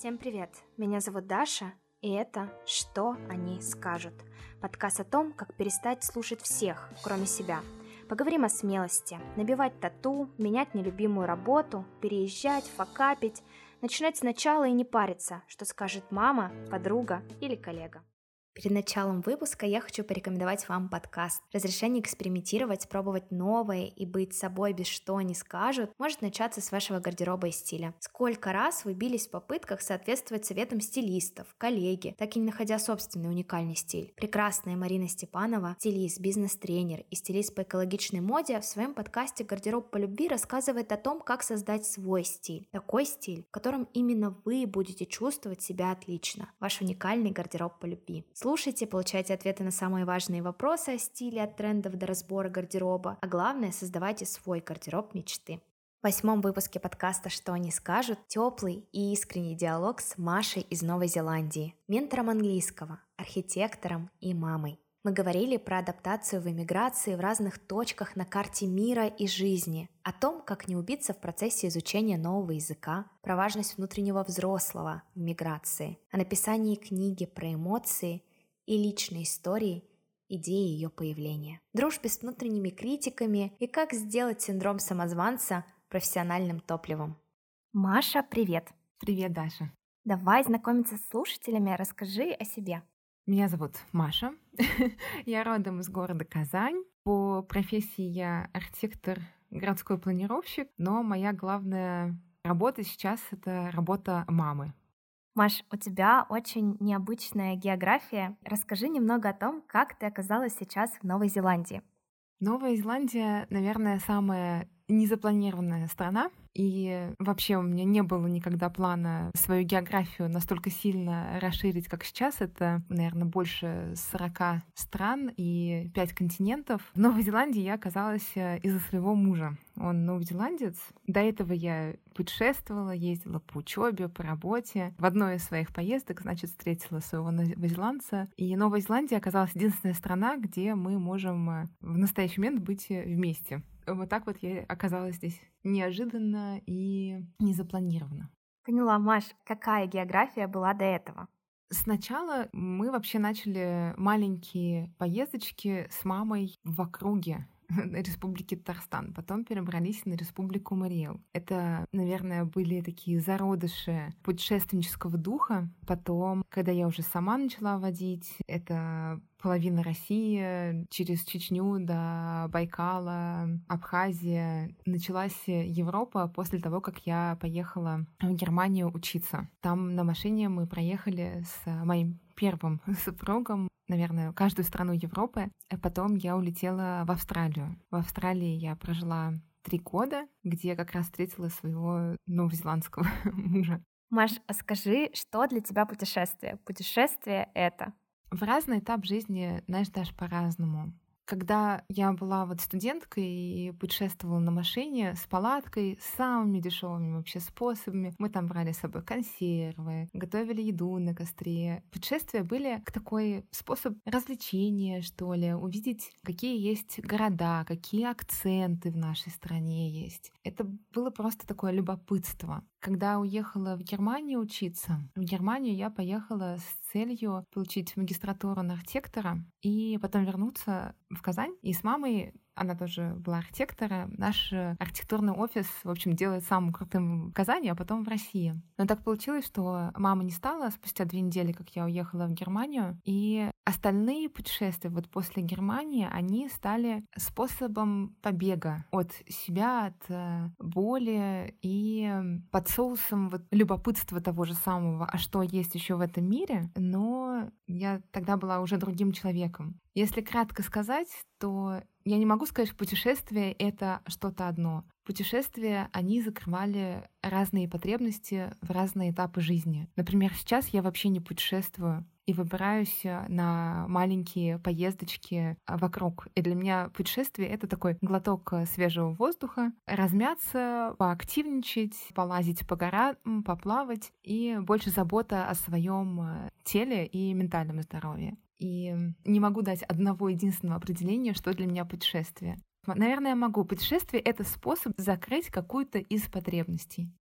Всем привет! Меня зовут Даша, и это «Что они скажут?» Подкаст о том, как перестать слушать всех, кроме себя. Поговорим о смелости, набивать тату, менять нелюбимую работу, переезжать, факапить, начинать сначала и не париться, что скажет мама, подруга или коллега. Перед началом выпуска я хочу порекомендовать вам подкаст. Разрешение экспериментировать, пробовать новое и быть собой без «что они скажут» может начаться с вашего гардероба и стиля. Сколько раз вы бились в попытках соответствовать советам стилистов, коллеги, так и не находя собственный уникальный стиль. Прекрасная Марина Степанова, стилист, бизнес-тренер и стилист по экологичной моде, в своем подкасте «Гардероб по любви» рассказывает о том, как создать свой стиль. Такой стиль, в котором именно вы будете чувствовать себя отлично. Ваш уникальный гардероб по любви. Слушайте, получайте ответы на самые важные вопросы о стиле, от трендов до разбора гардероба, а главное, создавайте свой гардероб мечты. В 8-м выпуске подкаста «Что они скажут» теплый и искренний диалог с Машей из Новой Зеландии, ментором английского, архитектором и мамой. Мы говорили про адаптацию в эмиграции в разных точках на карте мира и жизни, о том, как не убиться в процессе изучения нового языка, про важность внутреннего взрослого в миграции, о написании книги про эмоции и личные истории, идеи ее появления, дружбе с внутренними критиками и как сделать синдром самозванца профессиональным топливом. Маша, привет! Привет, Даша. Давай знакомиться с слушателями, расскажи о себе. Меня зовут Маша. Я родом из города Казань. По профессии я архитектор, городской планировщик, но моя главная работа сейчас — это работа мамы. Маш, у тебя очень необычная география. Расскажи немного о том, как ты оказалась сейчас в Новой Зеландии. Новая Зеландия, наверное, самая незапланированная страна. И вообще у меня не было никогда плана свою географию настолько сильно расширить, как сейчас. Это, наверное, больше 40 стран и 5 континентов. В Новой Зеландии я оказалась из-за своего мужа. Он новозеландец. До этого я путешествовала, ездила по учебе, по работе. В одной из своих поездок, значит, встретила своего новозеландца. И Новая Зеландия оказалась единственная страна, где мы можем в настоящий момент быть вместе. Вот так вот я оказалась здесь неожиданно и незапланированно. Поняла, Маш, какая география была до этого? Сначала мы вообще начали маленькие поездочки с мамой в округе Республики Татарстан. Потом перебрались на Республику Мариэл. Это, наверное, были такие зародыши путешественнического духа. Потом, когда я уже сама начала водить, это половина России, через Чечню до Байкала, Абхазия. Началась Европа после того, как я поехала в Германию учиться. Там на машине мы проехали с моим первым супругом, наверное, каждую страну Европы. А потом я улетела в Австралию. В Австралии я прожила 3 года, где я как раз встретила своего новозеландского мужа. Маш, а скажи, что для тебя путешествие? Путешествие — это? В разный этап жизни, знаешь, даже по-разному. Когда я была вот студенткой и путешествовала на машине с палаткой, с самыми дешевыми вообще способами, мы там брали с собой консервы, готовили еду на костре. Путешествия были такой способ развлечения, что ли, увидеть, какие есть города, какие акценты в нашей стране есть. Это было просто такое любопытство. Когда уехала в Германию учиться, в Германию я поехала с целью получить магистратуру на архитектора и потом вернуться в Казань. И с мамой, она тоже была архитектора, наш архитектурный офис, в общем, делает самым крутым в Казани, а потом в России. Но так получилось, что мама не стала спустя 2 недели, как я уехала в Германию, и остальные путешествия вот после Германии, они стали способом побега от себя, от боли и под соусом вот любопытства того же самого, а что есть еще в этом мире, но я тогда была уже другим человеком. Если кратко сказать, то я не могу сказать, что путешествие — это что-то одно. Путешествия, они закрывали разные потребности в разные этапы жизни. Например, сейчас я вообще не путешествую и выбираюсь на маленькие поездочки вокруг. И для меня путешествие — это такой глоток свежего воздуха, размяться, поактивничать, полазить по горам, поплавать и больше забота о своем теле и ментальном здоровье. И не могу дать одного единственного определения, что для меня путешествие. Наверное, могу. Путешествие — это способ закрыть какую-то из потребностей.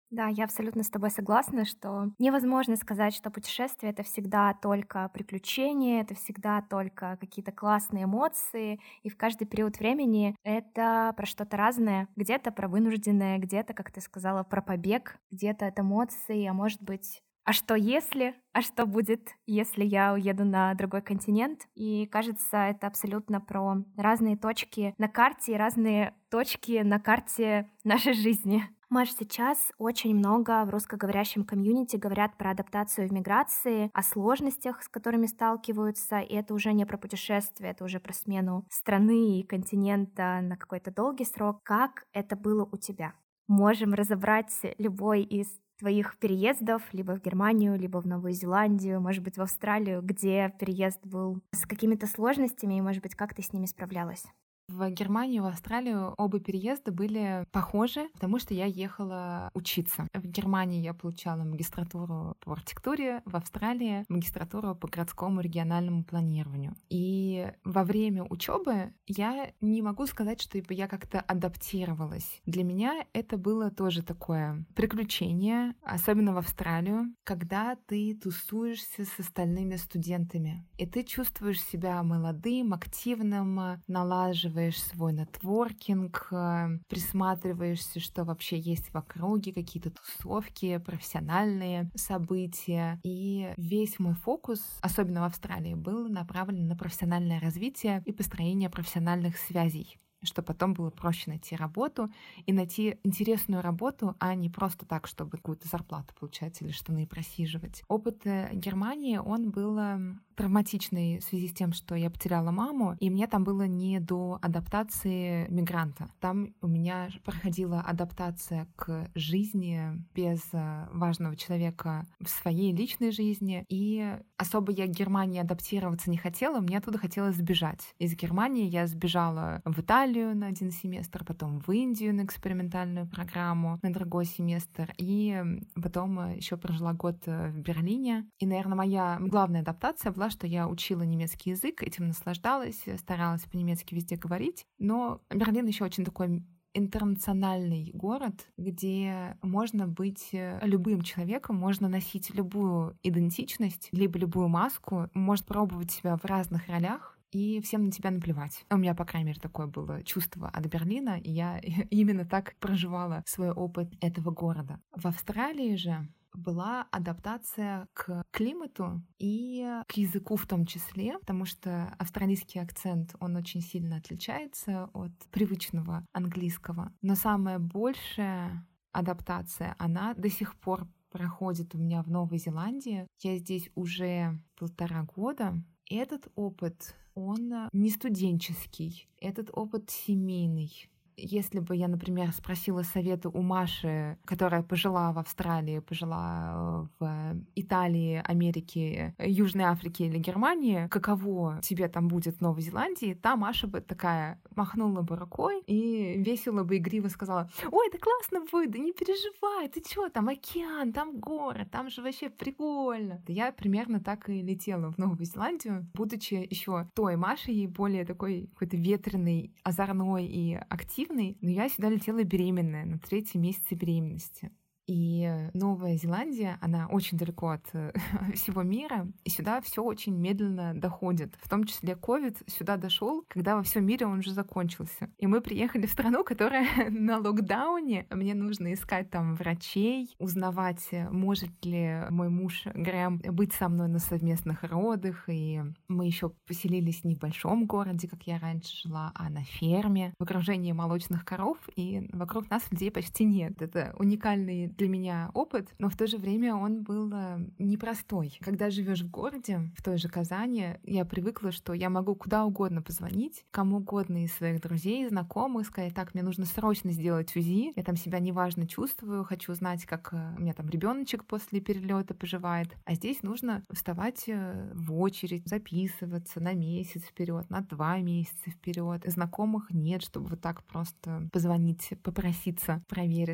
Да, я абсолютно с тобой согласна, что невозможно сказать, что путешествие — это всегда только приключения, это всегда только какие-то классные эмоции, и в каждый период времени это про что-то разное. Где-то про вынужденное, где-то, как ты сказала, про побег, где-то это эмоции, а может быть, а что если? А что будет, если я уеду на другой континент? И кажется, это абсолютно про разные точки на карте и разные точки на карте нашей жизни. Маш, сейчас очень много в русскоговорящем комьюнити говорят про адаптацию в миграции, о сложностях, с которыми сталкиваются, и это уже не про путешествие, это уже про смену страны и континента на какой-то долгий срок. Как это было у тебя? Можем разобрать любой из твоих переездов либо в Германию, либо в Новую Зеландию, может быть, в Австралию, где переезд был с какими-то сложностями, и, может быть, как ты с ними справлялась? В Германию, в Австралию оба переезда были похожи, потому что я ехала учиться. В Германии я получала магистратуру по архитектуре, в Австралии магистратуру по городскому региональному планированию. И во время учебы я не могу сказать, что я как-то адаптировалась. Для меня это было тоже такое приключение, особенно в Австралию, когда ты тусуешься с остальными студентами, и ты чувствуешь себя молодым, активным, налаживаешь свой нетворкинг, присматриваешься, что вообще есть в округе, какие-то тусовки, профессиональные события. И весь мой фокус, особенно в Австралии, был направлен на профессиональное развитие и построение профессиональных связей, чтобы потом было проще найти работу и найти интересную работу, а не просто так, чтобы какую-то зарплату получать или штаны просиживать. Опыт Германии, он был травматичный в связи с тем, что я потеряла маму, и мне там было не до адаптации мигранта. Там у меня проходила адаптация к жизни без важного человека в своей личной жизни, и особо я к Германии адаптироваться не хотела, мне оттуда хотелось сбежать. Из Германии я сбежала в Италию на 1 семестр, потом в Индию на экспериментальную программу на другой семестр, и потом еще прожила год в Берлине. И, наверное, моя главная адаптация была, что я учила немецкий язык, этим наслаждалась, старалась по-немецки везде говорить. Но Берлин еще очень такой интернациональный город, где можно быть любым человеком, можно носить любую идентичность, либо любую маску, может пробовать себя в разных ролях, и всем на тебя наплевать. У меня, по крайней мере, такое было чувство от Берлина, и я именно так проживала свой опыт этого города. В Австралии же была адаптация к климату и к языку в том числе, потому что австралийский акцент, он очень сильно отличается от привычного английского. Но самая большая адаптация, она до сих пор проходит у меня в Новой Зеландии. Я здесь уже 1,5 года. И этот опыт, он не студенческий, этот опыт семейный. Если бы я, например, спросила совета у Маши, которая пожила в Австралии, пожила в Италии, Америке, Южной Африке или Германии, каково тебе там будет в Новой Зеландии, та Маша бы такая махнула бы рукой и весело бы игриво сказала: «Ой, да классно будет, да не переживай, ты чё, там океан, там горы, там же вообще прикольно». Я примерно так и летела в Новую Зеландию, будучи еще той Машей, более такой какой-то ветреной, озорной и активной. Но я сюда летела беременная, на 3-м месяце беременности. И Новая Зеландия, она очень далеко от всего мира, и сюда все очень медленно доходит. В том числе ковид сюда дошел, когда во всем мире он уже закончился. И мы приехали в страну, которая на локдауне. Мне нужно искать там врачей, узнавать, может ли мой муж Грэм быть со мной на совместных родах. И мы еще поселились не в большом городе, как я раньше жила, а на ферме, в окружении молочных коров, и вокруг нас людей почти нет. Это уникальный для меня опыт, но в то же время он был непростой. Когда живешь в городе, в той же Казани, я привыкла, что я могу куда угодно позвонить, кому угодно из своих друзей, знакомых, сказать: так, мне нужно срочно сделать УЗИ, я там себя неважно чувствую, хочу знать, как у меня там ребеночек после перелета поживает. А здесь нужно вставать в очередь, записываться на месяц вперед, на 2 месяца вперед. Знакомых нет, чтобы вот так просто позвонить, попроситься, провериться.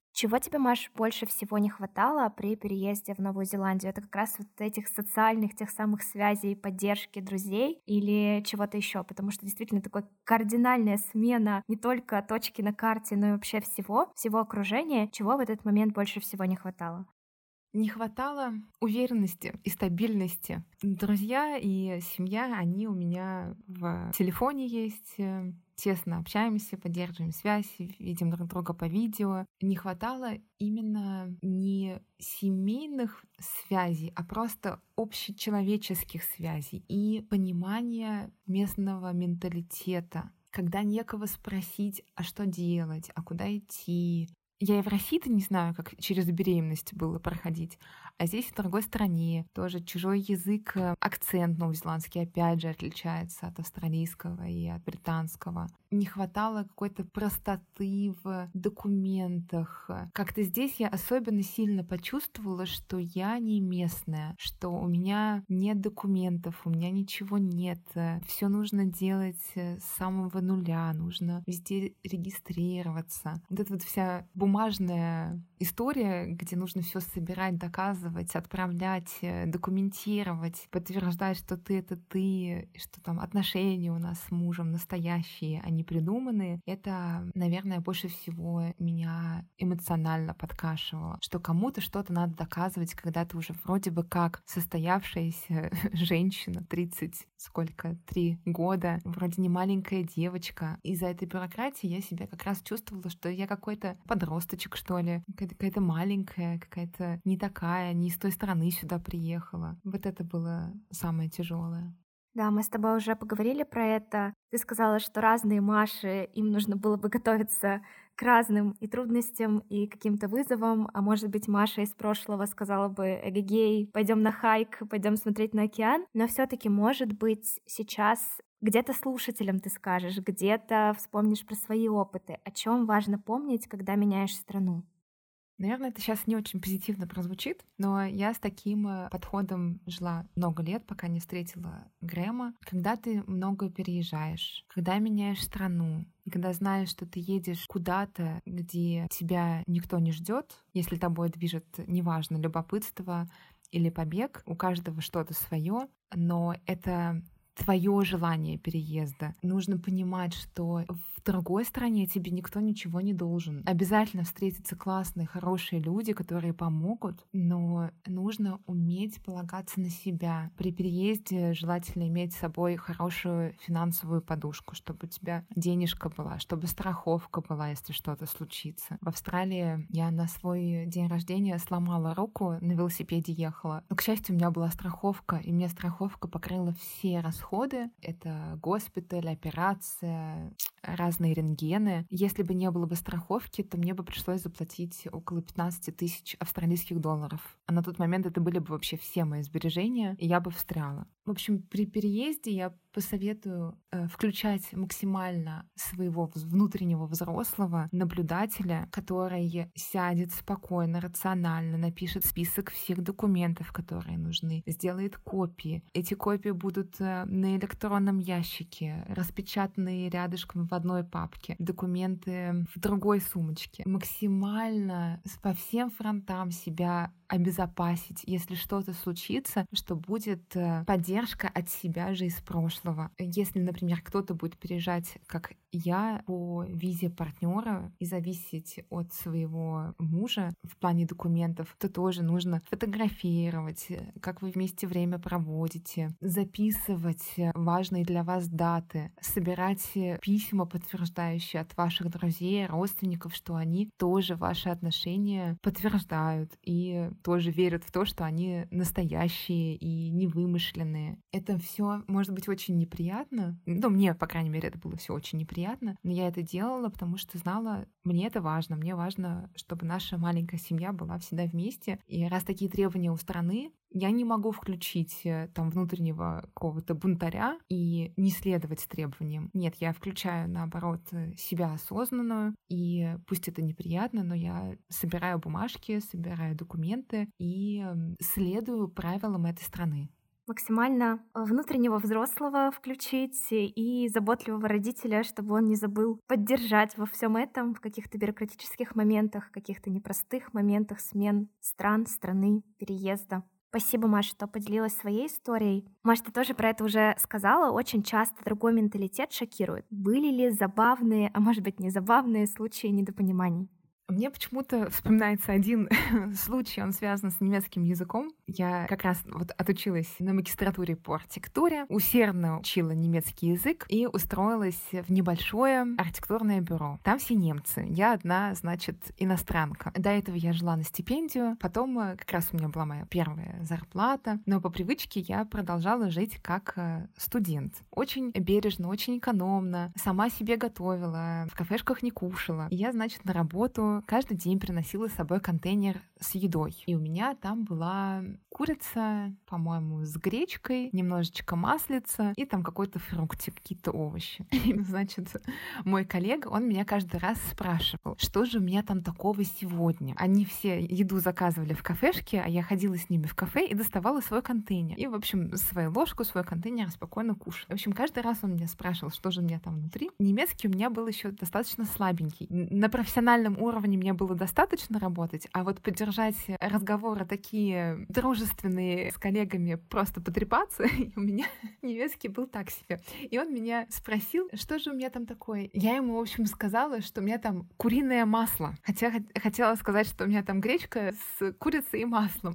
Чего тебе, Маш, больше всего не хватало при переезде в Новую Зеландию? Это как раз вот этих социальных, тех самых связей, поддержки друзей или чего-то еще? Потому что действительно такая кардинальная смена не только точки на карте, но и вообще всего окружения. Чего в этот момент больше всего не хватало? Не хватало уверенности и стабильности. Друзья и семья, они у меня в телефоне есть, тесно общаемся, поддерживаем связь, видим друг друга по видео. Не хватало именно не семейных связей, а просто общечеловеческих связей и понимания местного менталитета, когда некого спросить, а что делать, а куда идти. Я и в России-то не знаю, как через беременность было проходить, а здесь, в другой стране, тоже чужой язык, акцент новозеландский опять же отличается от австралийского и от британского. Не хватало какой-то простоты в документах. Как-то здесь я особенно сильно почувствовала, что я не местная, что у меня нет документов, у меня ничего нет. Все нужно делать с самого нуля, нужно везде регистрироваться. Вот эта вот вся бумажная история, где нужно все собирать, доказывать, отправлять, документировать, подтверждать, что ты — это ты, что там отношения у нас с мужем настоящие, а не придуманные. Это, наверное, больше всего меня эмоционально подкашивало, что кому-то что-то надо доказывать, когда ты уже вроде бы как состоявшаяся женщина, 3 года, вроде не маленькая девочка. Из-за этой бюрократии я себя как раз чувствовала, что я какой-то подросточек, что ли, какая-то маленькая, какая-то не такая, не из той страны сюда приехала. Вот это было самое тяжелое. Да, мы с тобой уже поговорили про это. Ты сказала, что разные Маши, им нужно было бы готовиться к разным и трудностям, и каким-то вызовам. А может быть, Маша из прошлого сказала бы: эгегей, пойдем на хайк, пойдем смотреть на океан. Но все-таки, может быть, сейчас где-то слушателям ты скажешь, где-то вспомнишь про свои опыты. О чем важно помнить, когда меняешь страну? Наверное, это сейчас не очень позитивно прозвучит, но я с таким подходом жила много лет, пока не встретила Грэма. Когда ты много переезжаешь, когда меняешь страну, и когда знаешь, что ты едешь куда-то, где тебя никто не ждет, если тобой движет, неважно, любопытство или побег, у каждого что-то свое, но это твое желание переезда. Нужно понимать, что в другой стране тебе никто ничего не должен. Обязательно встретятся классные, хорошие люди, которые помогут, но нужно уметь полагаться на себя. При переезде желательно иметь с собой хорошую финансовую подушку, чтобы у тебя денежка была, чтобы страховка была, если что-то случится. В Австралии я на свой день рождения сломала руку, на велосипеде ехала. Но, к счастью, у меня была страховка, и мне страховка покрыла все расходы. Это госпиталь, операция, разные рентгены. Если бы не было бы страховки, то мне бы пришлось заплатить около 15 тысяч австралийских долларов. А на тот момент это были бы вообще все мои сбережения, и я бы встряла. В общем, при переезде я посоветую включать максимально своего внутреннего взрослого наблюдателя, который сядет спокойно, рационально, напишет список всех документов, которые нужны, сделает копии. Эти копии будут на электронном ящике, распечатанные рядышком в одной папке, документы в другой сумочке. Максимально по всем фронтам себя обезопасить, если что-то случится, что будет поддержка от себя же из прошлого. Если, например, кто-то будет переезжать, как я, по визе партнера и зависеть от своего мужа в плане документов, то тоже нужно фотографировать, как вы вместе время проводите, записывать важные для вас даты, собирать письма, подтверждающие от ваших друзей, родственников, что они тоже ваши отношения подтверждают и тоже верят в то, что они настоящие и невымышленные. Это все может быть очень неприятно. Ну, мне, по крайней мере, это было все очень неприятно. Но я это делала, потому что знала, мне это важно. Мне важно, чтобы наша маленькая семья была всегда вместе. И раз такие требования у страны, я не могу включить там внутреннего какого-то бунтаря и не следовать требованиям. Нет, я включаю, наоборот, себя осознанную, и пусть это неприятно, но я собираю бумажки, собираю документы и следую правилам этой страны. максимально внутреннего взрослого включить и заботливого родителя, чтобы он не забыл поддержать во всем этом в каких-то бюрократических моментах, каких-то непростых моментах смен стран, страны, переезда. Спасибо, Маша, что поделилась своей историей. Маша, ты тоже про это уже сказала. Очень часто другой менталитет шокирует. Были ли забавные, а может быть, незабавные случаи недопониманий? Мне почему-то вспоминается один случай, он связан с немецким языком. Я как раз вот отучилась на магистратуре по архитектуре, усердно учила немецкий язык и устроилась в небольшое архитектурное бюро. Там все немцы. Я одна, значит, иностранка. До этого я жила на стипендию, потом как раз у меня была моя первая зарплата, но по привычке я продолжала жить как студент. Очень бережно, очень экономно, сама себе готовила, в кафешках не кушала. И я, значит, на работу каждый день приносила с собой контейнер с едой. И у меня там была курица, по-моему, с гречкой, немножечко маслица и там какой-то фруктик, какие-то овощи. И, значит, мой коллега, он меня каждый раз спрашивал, что же у меня там такого сегодня. Они все еду заказывали в кафешке, а я ходила с ними в кафе и доставала свой контейнер. И, в общем, свою ложку, свой контейнер спокойно кушала. В общем, каждый раз он меня спрашивал, что же у меня там внутри. Немецкий у меня был еще достаточно слабенький. На профессиональном уровне мне было достаточно работать, а вот поддержать разговоры такие дружественные с коллегами, просто потрепаться, у меня немецкий был так себе. И он меня спросил, что же у меня там такое. Я ему, в общем, сказала, что у меня там куриное масло. Хотя хотела сказать, что у меня там гречка с курицей и маслом.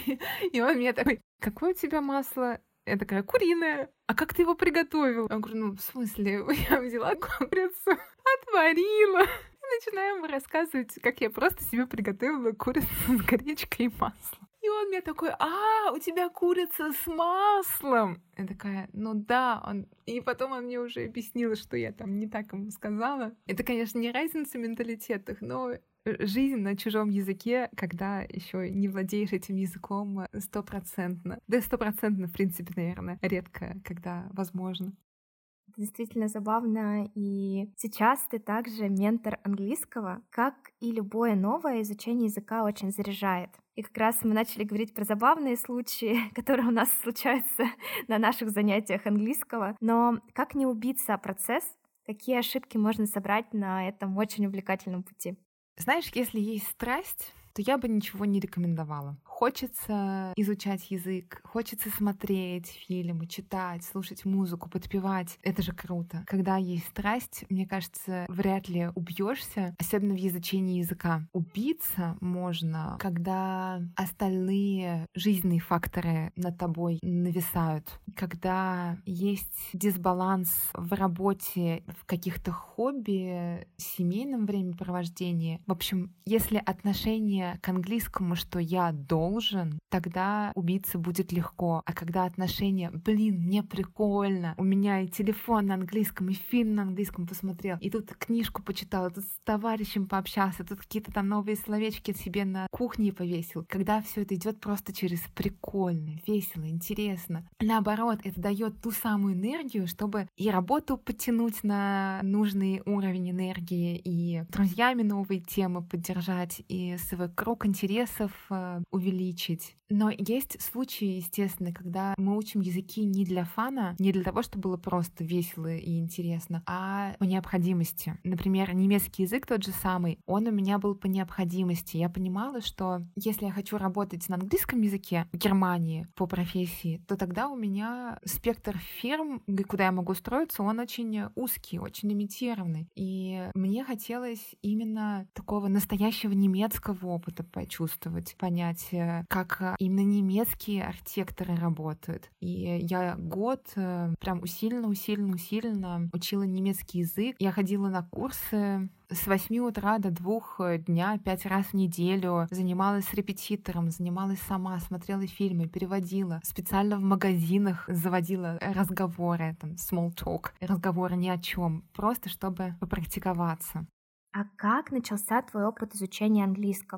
И он меня такой: какое у тебя масло? Я такая: куриное. А как ты его приготовил? Я говорю: ну, в смысле, я взяла курицу, отварила. Начинаем ему рассказывать, как я просто себе приготовила курицу с гречкой и маслом. И он мне такой: у тебя курица с маслом. Я такая: ну да. И потом он мне уже объяснил, что я там не так ему сказала. Это, конечно, не разница в менталитетах, но жизнь на чужом языке, когда еще не владеешь этим языком стопроцентно. Да, стопроцентно, в принципе, наверное, редко, когда возможно. Это действительно забавно. И сейчас ты также ментор английского. Как и любое новое, изучение языка очень заряжает. И как раз мы начали говорить про забавные случаи, которые у нас случаются на наших занятиях английского. Но как не убиться о процесс? Какие ошибки можно собрать на этом очень увлекательном пути? Знаешь, если есть страсть, то я бы ничего не рекомендовала. Хочется изучать язык, хочется смотреть фильмы, читать, слушать музыку, подпевать. Это же круто. Когда есть страсть, мне кажется, вряд ли убьешься, особенно в изучении языка. Убиться можно, когда остальные жизненные факторы над тобой нависают, когда есть дисбаланс в работе, в каких-то хобби, семейном времяпровождении. В общем, если отношение к английскому, что я должен, тогда убиться будет легко. А когда отношения: блин, мне прикольно, у меня и телефон на английском, и фильм на английском посмотрел, и тут книжку почитал, и тут с товарищем пообщался, тут какие-то там новые словечки себе на кухне повесил. Когда все это идет просто через прикольно, весело, интересно. Наоборот, это дает ту самую энергию, чтобы и работу подтянуть на нужный уровень энергии, и друзьями новые темы поддержать, и свой круг интересов увеличить. Но есть случаи, естественно, когда мы учим языки не для фана, не для того, чтобы было просто весело и интересно, а по необходимости. Например, немецкий язык тот же самый, он у меня был по необходимости. Я понимала, что если я хочу работать на английском языке в Германии по профессии, то тогда у меня спектр фирм, куда я могу устроиться, он очень узкий, очень лимитированный. И мне хотелось именно такого настоящего немецкого опыта почувствовать, понять, как именно немецкие архитекторы работают. И я год прям усиленно учила немецкий язык. Я ходила на курсы с 8 утра до 2 дня, 5 раз в неделю. Занималась с репетитором, занималась сама, смотрела фильмы, переводила. Специально в магазинах заводила разговоры, там, small talk, разговоры ни о чем, просто чтобы попрактиковаться. А как начался твой опыт изучения английского?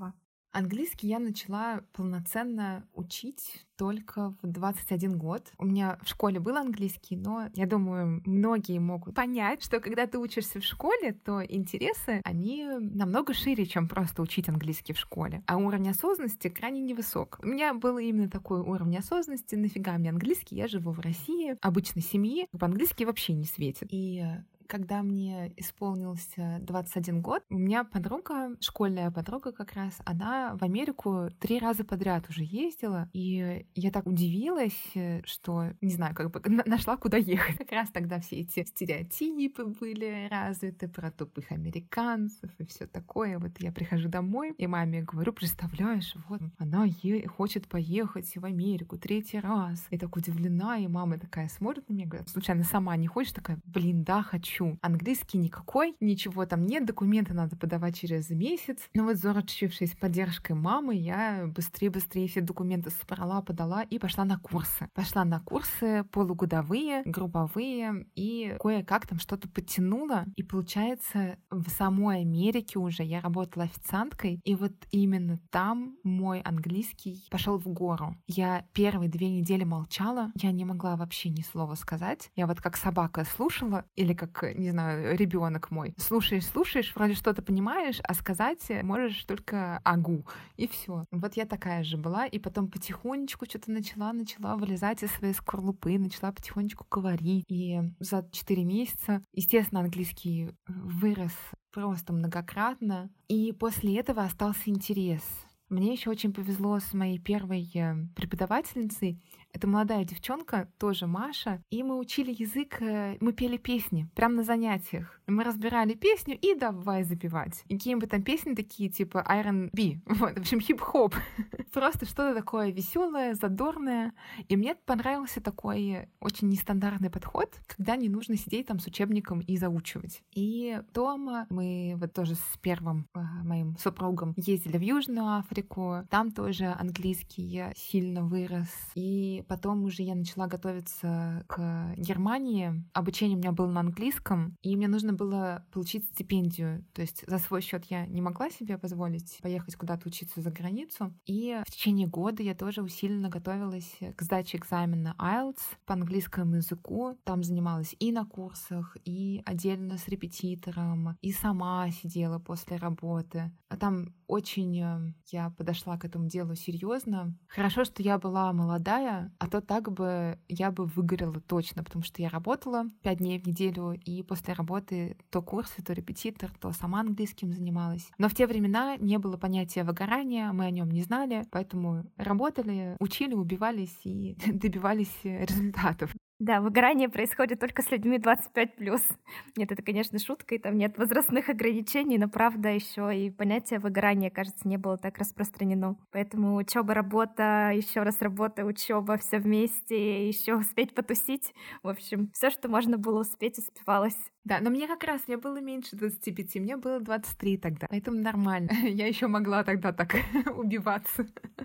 Английский я начала полноценно учить только в 21 год. У меня в школе был английский, но я думаю, многие могут понять, что когда ты учишься в школе, то интересы, они намного шире, чем просто учить английский в школе. А уровень осознанности крайне невысок. У меня был именно такой уровень осознанности. Нафига мне английский? Я живу в России, обычной семьи. По-английски вообще не светит. И когда мне исполнился 21 год, у меня подруга, школьная подруга как раз, она в Америку 3 раза подряд уже ездила, и я так удивилась, что, не знаю, как бы нашла, куда ехать. Как раз тогда все эти стереотипы были развиты про тупых американцев и все такое. Вот я прихожу домой, и маме говорю: представляешь, вот она хочет поехать в Америку 3-й раз. И так удивлена, и мама такая смотрит на меня, говорит: случайно сама не хочешь? Такая: блин, да, хочу. Английский никакой, ничего там нет, документы надо подавать через месяц. Но вот заручившись поддержкой мамы, я быстрее все документы собрала, подала и пошла на курсы. Пошла на курсы полугодовые, групповые, и кое-как там что-то подтянула. И получается, в самой Америке уже я работала официанткой, и вот именно там мой английский пошел в гору. Я первые 2 недели молчала, я не могла вообще ни слова сказать. Я вот как собака слушала, или как, не знаю, ребенок мой. Слушаешь, вроде что-то понимаешь, а сказать можешь только агу. И все. Вот я такая же была. И потом потихонечку что-то начала вылезать из своей скорлупы, начала потихонечку говорить. И за 4 месяца, естественно, английский вырос просто многократно. И после этого остался интерес. Мне еще очень повезло с моей первой преподавательницей. Это молодая девчонка, тоже Маша. И мы учили язык, мы пели песни прямо на занятиях. Мы разбирали песню и давай запевать. И какие-нибудь там песни такие, типа R&B. Вот, в общем, хип-хоп. Просто что-то такое веселое, задорное. И мне понравился такой очень нестандартный подход, когда не нужно сидеть там с учебником и заучивать. И дома мы вот тоже с первым моим супругом ездили в Южную Африку. Там тоже английский сильно вырос. И потом уже я начала готовиться к Германии. Обучение у меня было на английском, и мне нужно было получить стипендию. То есть за свой счет я не могла себе позволить поехать куда-то учиться за границу. И в течение года я тоже усиленно готовилась к сдаче экзамена IELTS по английскому языку. Там занималась и на курсах, и отдельно с репетитором, и сама сидела после работы. А там очень я подошла к этому делу серьезно. Хорошо, что я была молодая, а то так бы я бы выгорела точно, потому что я работала 5 дней в неделю, и после работы то курсы, то репетитор, то сама английским занималась. Но в те времена не было понятия выгорания, мы о нем не знали, поэтому работали, учили, убивались и добивались результатов. Да, выгорание происходит только с людьми 25+. Нет, это, конечно, шутка, и там нет возрастных ограничений, но правда еще и понятие выгорания, кажется, не было так распространено. Поэтому учеба, работа, еще раз работа, учеба, все вместе, еще успеть потусить. В общем, все, что можно было успеть, успевалось. Да, но мне как раз, мне было меньше 25, мне было 23 тогда, поэтому нормально. Я еще могла тогда так убиваться.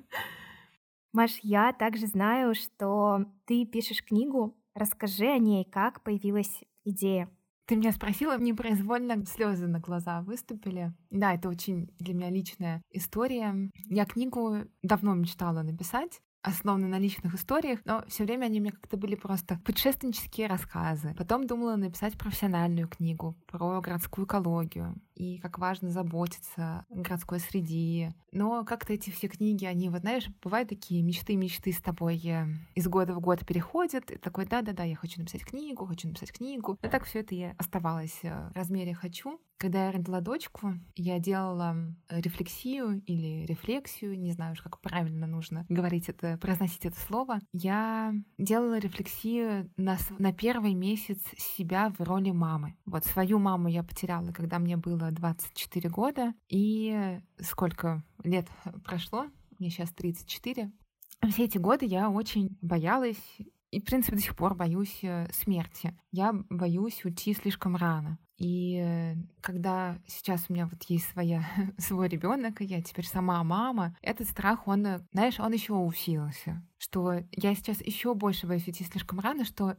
Маш, я также знаю, что ты пишешь книгу. Расскажи о ней, как появилась идея. Ты меня спросила, непроизвольно слезы на глаза выступили. Да, это очень для меня личная история. Я книгу давно мечтала написать, основанные на личных историях, но все время они у меня как-то были просто путешественнические рассказы. Потом думала написать профессиональную книгу про городскую экологию и как важно заботиться о городской среде. Но как-то эти все книги, они, вот знаешь, бывают такие мечты с тобой из года в год переходят. И такой: да-да-да, я хочу написать книгу. Но так все это и оставалось в размере «хочу». Когда я родила дочку, я делала рефлексию или рефлексию, не знаю уж, как правильно нужно говорить это, произносить это слово. Я делала рефлексию на первый месяц себя в роли мамы. Вот свою маму я потеряла, когда мне было 24 года. И сколько лет прошло? Мне сейчас 34. Все эти годы я очень боялась и, в принципе, до сих пор боюсь смерти. Я боюсь уйти слишком рано. И когда сейчас у меня вот есть свой ребенок, и я теперь сама мама, этот страх, он, знаешь, он еще усилился. что я сейчас еще больше боюсь уйти слишком рано, что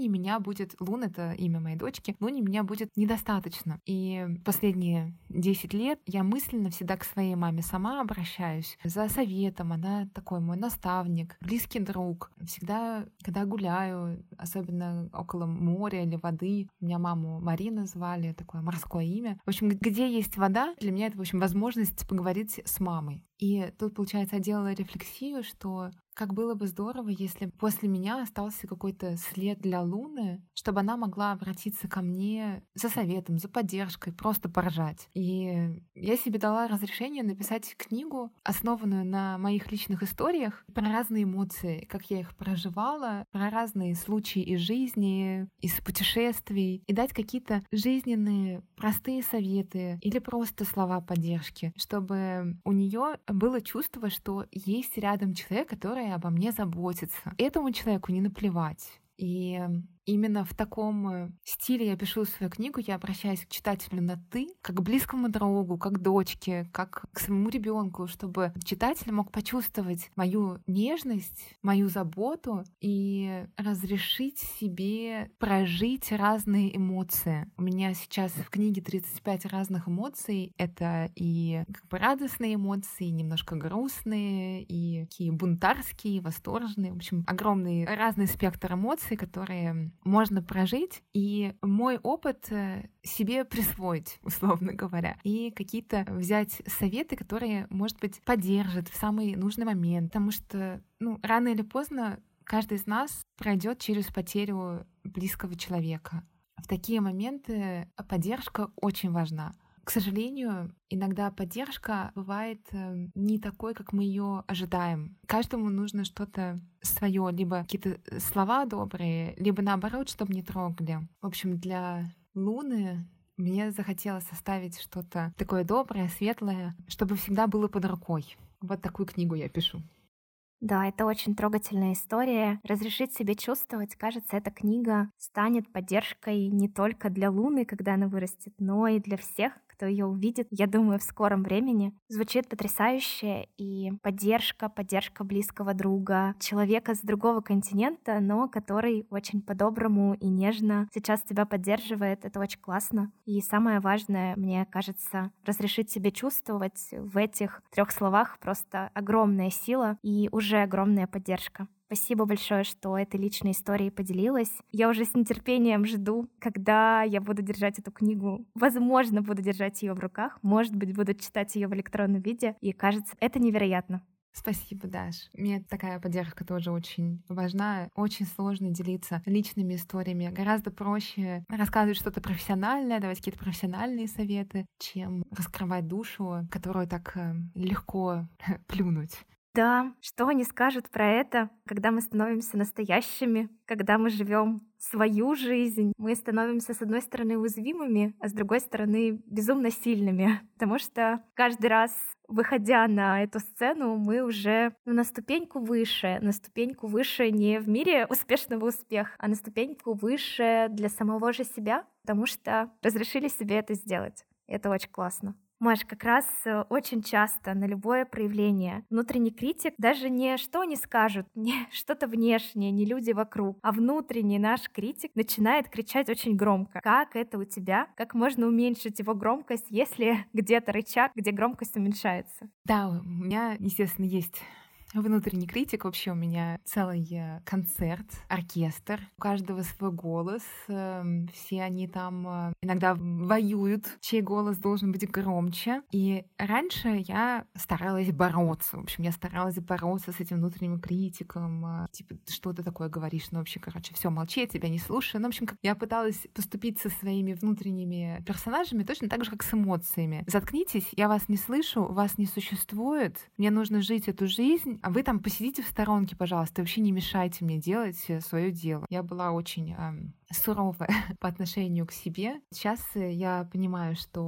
Лун — это имя моей дочки, Луне меня будет недостаточно. И последние 10 лет я мысленно всегда к своей маме сама обращаюсь за советом. Она такой мой наставник, близкий друг. Всегда, когда гуляю, особенно около моря или воды, у меня маму Марина звали, такое морское имя. В общем, где есть вода, для меня это, в общем, возможность поговорить с мамой. И тут, получается, я делала рефлексию, что как было бы здорово, если после меня остался какой-то след для Луны, чтобы она могла обратиться ко мне за советом, за поддержкой, просто поржать. И я себе дала разрешение написать книгу, основанную на моих личных историях, про разные эмоции, как я их проживала, про разные случаи из жизни, из путешествий, и дать какие-то жизненные простые советы или просто слова поддержки, чтобы у нее было чувство, что есть рядом человек, который обо мне заботится. Этому человеку не наплевать. И именно в таком стиле я пишу свою книгу, я обращаюсь к читателю на «ты», как к близкому другу, как к дочке, как к своему ребенку, чтобы читатель мог почувствовать мою нежность, мою заботу и разрешить себе прожить разные эмоции. У меня сейчас в книге 35 разных эмоций. Это и как бы радостные эмоции, немножко грустные, и такие бунтарские, восторженные. В общем, огромный разный спектр эмоций, которые можно прожить, и мой опыт себе присвоить, условно говоря, и какие-то взять советы, которые, может быть, поддержат в самый нужный момент, потому что, рано или поздно каждый из нас пройдет через потерю близкого человека. В такие моменты поддержка очень важна. К сожалению, иногда поддержка бывает не такой, как мы ее ожидаем. Каждому нужно что-то свое, либо какие-то слова добрые, либо наоборот, чтобы не трогали. В общем, для Луны мне захотелось составить что-то такое доброе, светлое, чтобы всегда было под рукой. Вот такую книгу я пишу. Да, это очень трогательная история. Разрешить себе чувствовать, кажется, эта книга станет поддержкой не только для Луны, когда она вырастет, но и для всех, кто ее увидит, я думаю, в скором времени. Звучит потрясающе, и поддержка близкого друга, человека с другого континента, но который очень по-доброму и нежно сейчас тебя поддерживает. Это очень классно. И самое важное, мне кажется, разрешить себе чувствовать в этих 3 словах просто огромная сила и уже огромная поддержка. Спасибо большое, что этой личной историей поделилась. Я уже с нетерпением жду, когда я буду держать эту книгу. Возможно, буду держать ее в руках, может быть, буду читать ее в электронном виде. И кажется, это невероятно. Спасибо, Даш. Мне такая поддержка тоже очень важна. Очень сложно делиться личными историями. Гораздо проще рассказывать что-то профессиональное, давать какие-то профессиональные советы, чем раскрывать душу, которую так легко плюнуть. Да, что они скажут про это, когда мы становимся настоящими, когда мы живем свою жизнь, мы становимся, с одной стороны, уязвимыми, а с другой стороны, безумно сильными. Потому что каждый раз, выходя на эту сцену, мы уже на ступеньку выше не в мире успешного успеха, а на ступеньку выше для самого же себя, потому что разрешили себе это сделать. Это очень классно. Маш, как раз очень часто на любое проявление внутренний критик даже не что они скажут, не что-то внешнее, не люди вокруг, а внутренний наш критик начинает кричать очень громко. Как это у тебя? Как можно уменьшить его громкость, если где-то рычаг, где громкость уменьшается? Да, у меня, естественно, есть внутренний критик. Вообще у меня целый концерт, оркестр. У каждого свой голос. Все они там иногда воюют, чей голос должен быть громче. И раньше я старалась бороться. В общем, я старалась бороться с этим внутренним критиком. Типа, что ты такое говоришь? Ну, вообще, все, молчи, я тебя не слушаю. Ну, в общем, я пыталась поступить со своими внутренними персонажами точно так же, как с эмоциями. Заткнитесь, я вас не слышу, вас не существует. Мне нужно жить эту жизнь, а вы там посидите в сторонке, пожалуйста, вообще не мешайте мне делать свое дело. Я была очень суровая по отношению к себе. Сейчас я понимаю, что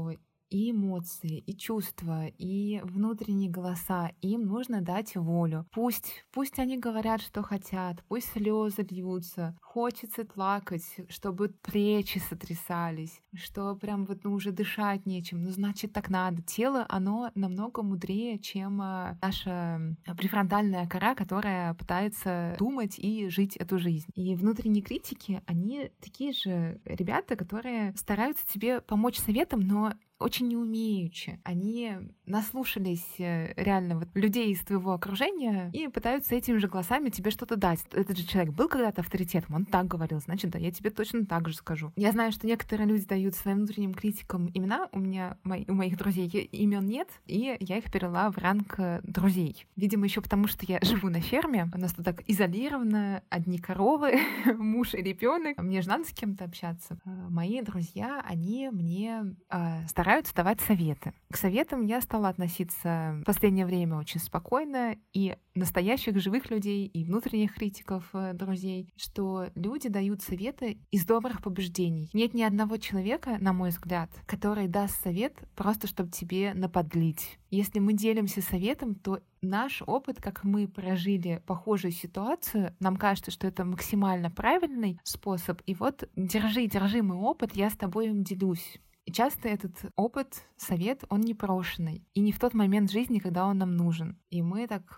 и эмоции, и чувства, и внутренние голоса. Им нужно дать волю. Пусть они говорят, что хотят, пусть слезы льются. Хочется плакать, чтобы плечи сотрясались, что прям уже дышать нечем. Значит, так надо. Тело, оно намного мудрее, чем наша префронтальная кора, которая пытается думать и жить эту жизнь. И внутренние критики, они такие же ребята, которые стараются тебе помочь советом, но очень неумеючи. Они наслушались реально людей из твоего окружения и пытаются этими же голосами тебе что-то дать. Этот же человек был когда-то авторитетом, он так говорил, значит, да, я тебе точно так же скажу. Я знаю, что некоторые люди дают своим внутренним критикам имена, у моих друзей имен нет, и я их перевела в ранг друзей. Видимо, еще потому, что я живу на ферме, у нас тут так изолировано, одни коровы, муж и ребенок. Мне же надо с кем-то общаться. Мои друзья, они мне стараются давать советы. К советам я стала относиться в последнее время очень спокойно, и настоящих живых людей, и внутренних критиков, друзей, что люди дают советы из добрых побуждений. Нет ни одного человека, на мой взгляд, который даст совет просто, чтобы тебе наподлить. Если мы делимся советом, то наш опыт, как мы прожили похожую ситуацию, нам кажется, что это максимально правильный способ. И вот держи мой опыт, я с тобой им делюсь. И часто этот опыт, совет, он непрошенный. И не в тот момент жизни, когда он нам нужен. И мы так,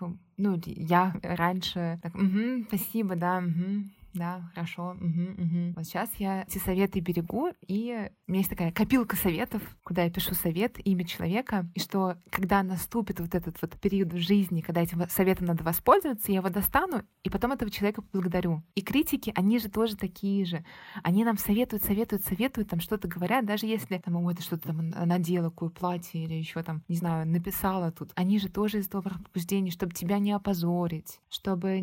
я раньше так, спасибо, да, хорошо. Вот сейчас я эти советы берегу, и у меня есть такая копилка советов, куда я пишу совет, имя человека, и что когда наступит вот этот вот период в жизни, когда этим советом надо воспользоваться, я его достану, и потом этого человека поблагодарю. И критики, они же тоже такие же. Они нам советуют, там что-то говорят, даже если там, ты что-то там надела, какое платье, или еще там, не знаю, написала тут. Они же тоже из добрых побуждений, чтобы тебя не опозорить, чтобы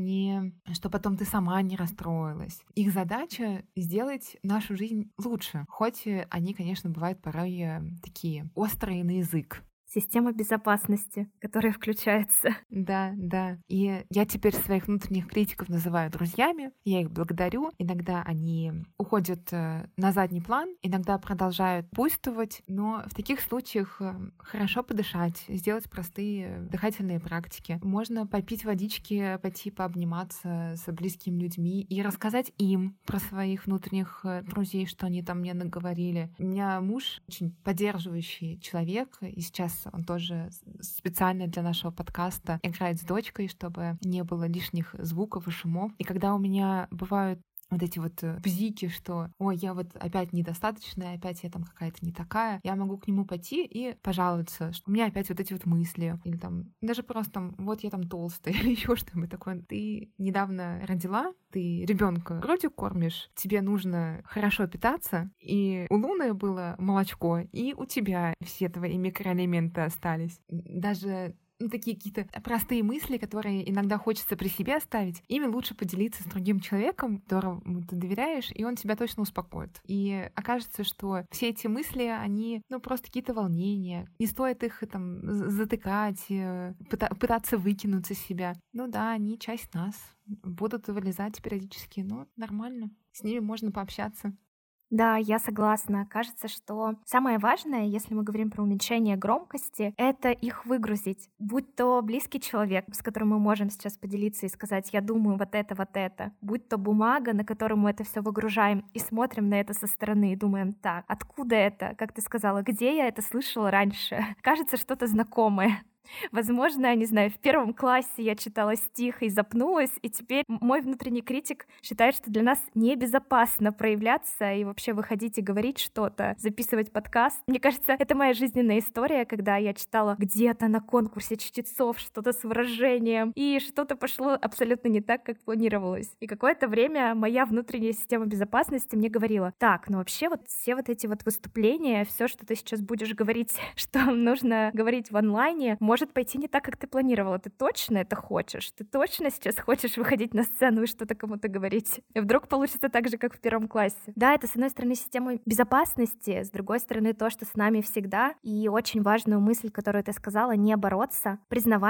потом ты сама не расстроилась. Их задача — сделать нашу жизнь лучше, хоть они, конечно, бывают порой такие острые на язык. Система безопасности, которая включается. Да. И я теперь своих внутренних критиков называю друзьями. Я их благодарю. Иногда они уходят на задний план, иногда продолжают буйствовать. Но в таких случаях хорошо подышать, сделать простые дыхательные практики. Можно попить водички, пойти пообниматься с близкими людьми и рассказать им про своих внутренних друзей, что они там мне наговорили. У меня муж очень поддерживающий человек, и сейчас он тоже специально для нашего подкаста играет с дочкой, чтобы не было лишних звуков и шумов. И когда у меня бывают вот эти вот бзики, что «Ой, я вот опять недостаточная, опять я там какая-то не такая», я могу к нему пойти и пожаловаться, что у меня опять вот эти вот мысли. Или там даже просто там «Вот я там толстая» или еще что-нибудь такое. Ты недавно родила, ты ребенка грудью кормишь, тебе нужно хорошо питаться, и у Луны было молочко, и у тебя все твои микроэлементы остались. Даже такие какие-то простые мысли, которые иногда хочется при себе оставить, ими лучше поделиться с другим человеком, которому ты доверяешь, и он тебя точно успокоит. И окажется, что все эти мысли, они, просто какие-то волнения. Не стоит их там затыкать, пытаться выкинуть из себя. Они часть нас. Будут вылезать периодически, но нормально. С ними можно пообщаться. Да, я согласна. Кажется, что самое важное, если мы говорим про уменьшение громкости, это их выгрузить. Будь то близкий человек, с которым мы можем сейчас поделиться и сказать: я думаю вот это. Будь то бумага, на которую мы это все выгружаем и смотрим на это со стороны и думаем: так, откуда это? Как ты сказала, где я это слышала раньше? Кажется, что-то знакомое. Возможно, не знаю, в 1 классе я читала стих и запнулась, и теперь мой внутренний критик считает, что для нас небезопасно проявляться и вообще выходить и говорить что-то, записывать подкаст. Мне кажется, это моя жизненная история, когда я читала где-то на конкурсе чтецов что-то с выражением, и что-то пошло абсолютно не так, как планировалось. И какое-то время моя внутренняя система безопасности мне говорила: так, вообще вот все вот эти вот выступления, все, что ты сейчас будешь говорить, что нужно говорить в онлайне, может пойти не так, как ты планировала. Ты точно это хочешь? Ты точно сейчас хочешь выходить на сцену и что-то кому-то говорить? И вдруг получится так же, как в 1 классе. Да, это, с одной стороны, система безопасности, с другой стороны, то, что с нами всегда. И очень важную мысль, которую ты сказала, не бороться, признавать их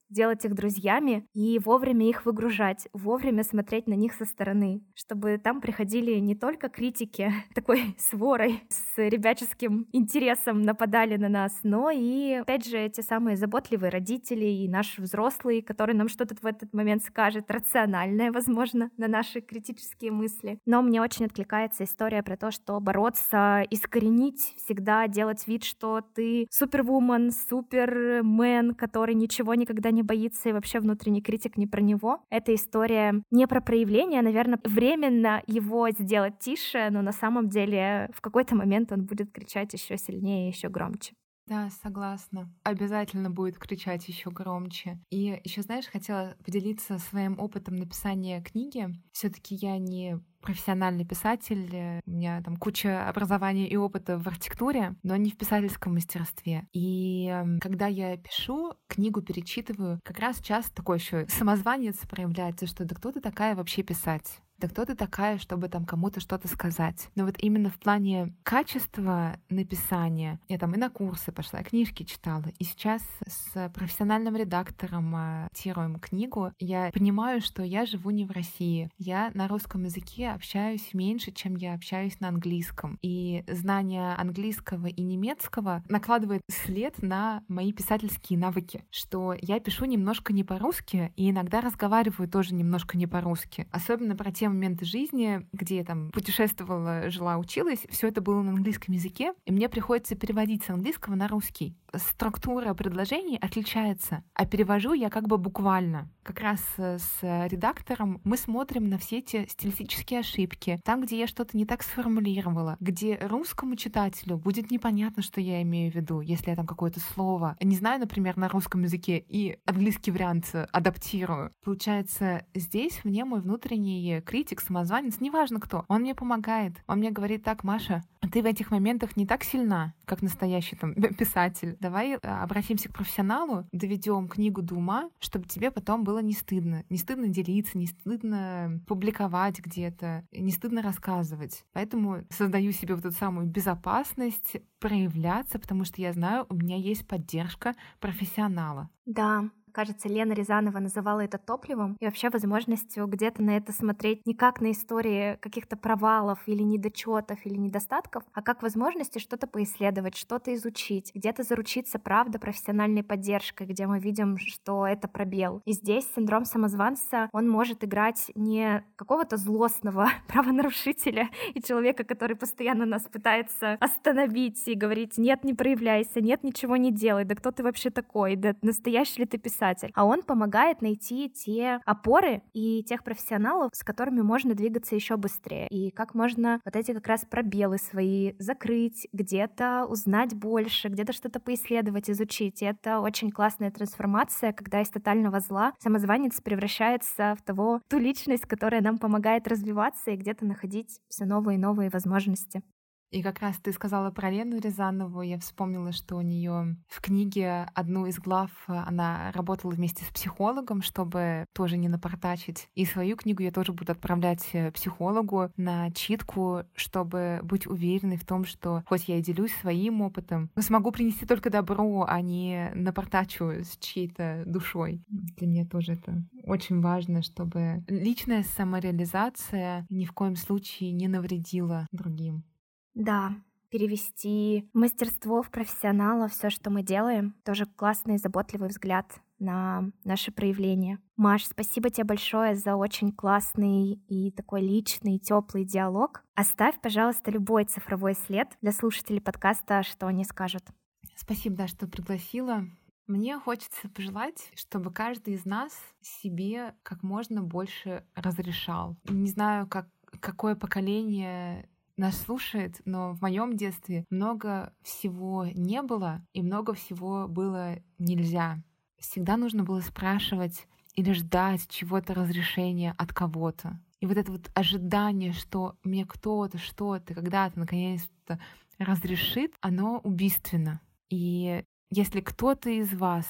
делать их друзьями и вовремя их выгружать, вовремя смотреть на них со стороны, чтобы там приходили не только критики такой сворой с ребяческим интересом нападали на нас, но и, опять же, те самые заботливые родители и наш взрослый, который нам что-то в этот момент скажет, рациональное, возможно, на наши критические мысли. Но мне очень откликается история про то, что бороться, искоренить, всегда делать вид, что ты супервумен, супермен, который ничего никогда не боится и вообще внутренний критик не про него. Эта история не про проявление, наверное, временно его сделать тише, но на самом деле в какой-то момент он будет кричать еще сильнее и еще громче. Да, согласна. Обязательно будет кричать еще громче. И еще, знаешь, хотела поделиться своим опытом написания книги. Все-таки я не профессиональный писатель, у меня там куча образования и опыта в архитектуре, но не в писательском мастерстве. И когда я пишу, книгу перечитываю, как раз часто такой еще самозванец проявляется, что да кто ты такая вообще писать? Да кто ты такая, чтобы там кому-то что-то сказать? Но вот именно в плане качества написания я там и на курсы пошла, и книжки читала, и сейчас с профессиональным редактором тируем книгу. Я понимаю, что я живу не в России. Я на русском языке общаюсь меньше, чем я общаюсь на английском. И знание английского и немецкого накладывает след на мои писательские навыки, что я пишу немножко не по-русски и иногда разговариваю тоже немножко не по-русски. Особенно про те моменты жизни, где я там путешествовала, жила, училась, все это было на английском языке, и мне приходится переводить с английского на русский. Структура предложений отличается, а перевожу я как бы буквально. Как раз с редактором мы смотрим на все эти стилистические ошибки, там, где я что-то не так сформулировала, где русскому читателю будет непонятно, что я имею в виду, если я там какое-то слово не знаю, например, на русском языке и английский вариант адаптирую. Получается, здесь мне мой внутренний критик, самозванец, неважно кто, он мне помогает. Он мне говорит: так, Маша, ты в этих моментах не так сильна, как настоящий там писатель. Давай обратимся к профессионалу, доведем книгу до ума, чтобы тебе потом было не стыдно. Не стыдно делиться, не стыдно публиковать где-то, не стыдно рассказывать. Поэтому создаю себе вот эту самую безопасность проявляться, потому что я знаю, у меня есть поддержка профессионала. Да. Кажется, Лена Рязанова называла это топливом и вообще возможностью где-то на это смотреть не как на истории каких-то провалов или недочетов или недостатков, а как возможности что-то поисследовать, что-то изучить, где-то заручиться, правда, профессиональной поддержкой, где мы видим, что это пробел. И здесь синдром самозванца, он может играть не какого-то злостного правонарушителя и человека, который постоянно нас пытается остановить и говорить: нет, не проявляйся, нет, ничего не делай, да кто ты вообще такой, да настоящий ли ты писатель. А он помогает найти те опоры и тех профессионалов, с которыми можно двигаться еще быстрее. И как можно вот эти как раз пробелы свои закрыть, где-то узнать больше, где-то что-то поисследовать, изучить. И это очень классная трансформация, когда из тотального зла самозванец превращается в ту личность, которая нам помогает развиваться и где-то находить все новые и новые возможности. И как раз ты сказала про Лену Рязанову, я вспомнила, что у нее в книге одну из глав она работала вместе с психологом, чтобы тоже не напортачить. И свою книгу я тоже буду отправлять психологу на читку, чтобы быть уверенной в том, что хоть я и делюсь своим опытом, но смогу принести только добро, а не напортачу с чьей-то душой. Для меня тоже это очень важно, чтобы личная самореализация ни в коем случае не навредила другим. Да, перевести мастерство в профессионала, все, что мы делаем, тоже классный, заботливый взгляд на наше проявление. Маш, спасибо тебе большое за очень классный и такой личный, теплый диалог. Оставь, пожалуйста, любой цифровой след для слушателей подкаста «Что они скажут». Спасибо, да, что пригласила. Мне хочется пожелать, чтобы каждый из нас себе как можно больше разрешал. Не знаю, какое поколение нас слушает, но в моем детстве много всего не было и много всего было нельзя. Всегда нужно было спрашивать или ждать чего-то разрешения от кого-то. И вот это вот ожидание, что мне кто-то, что-то, когда-то наконец-то разрешит, оно убийственно. И если кто-то из вас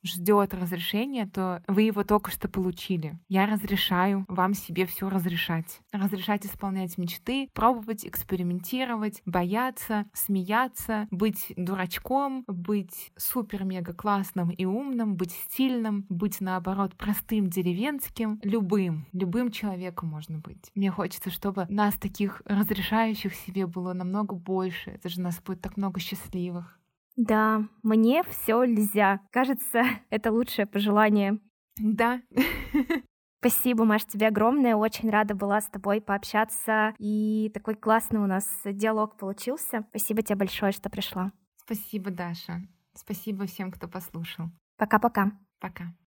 ждет разрешения, то вы его только что получили. Я разрешаю вам себе все разрешать. Разрешать исполнять мечты, пробовать, экспериментировать, бояться, смеяться, быть дурачком, быть супер-мега классным и умным, быть стильным, быть, наоборот, простым, деревенским, любым человеком можно быть. Мне хочется, чтобы нас таких разрешающих себе было намного больше. Это же нас будет так много счастливых. Да, мне все нельзя. Кажется, это лучшее пожелание. Да. Спасибо, Маш, тебе огромное. Очень рада была с тобой пообщаться. И такой классный у нас диалог получился. Спасибо тебе большое, что пришла. Спасибо, Даша. Спасибо всем, кто послушал. Пока-пока. Пока.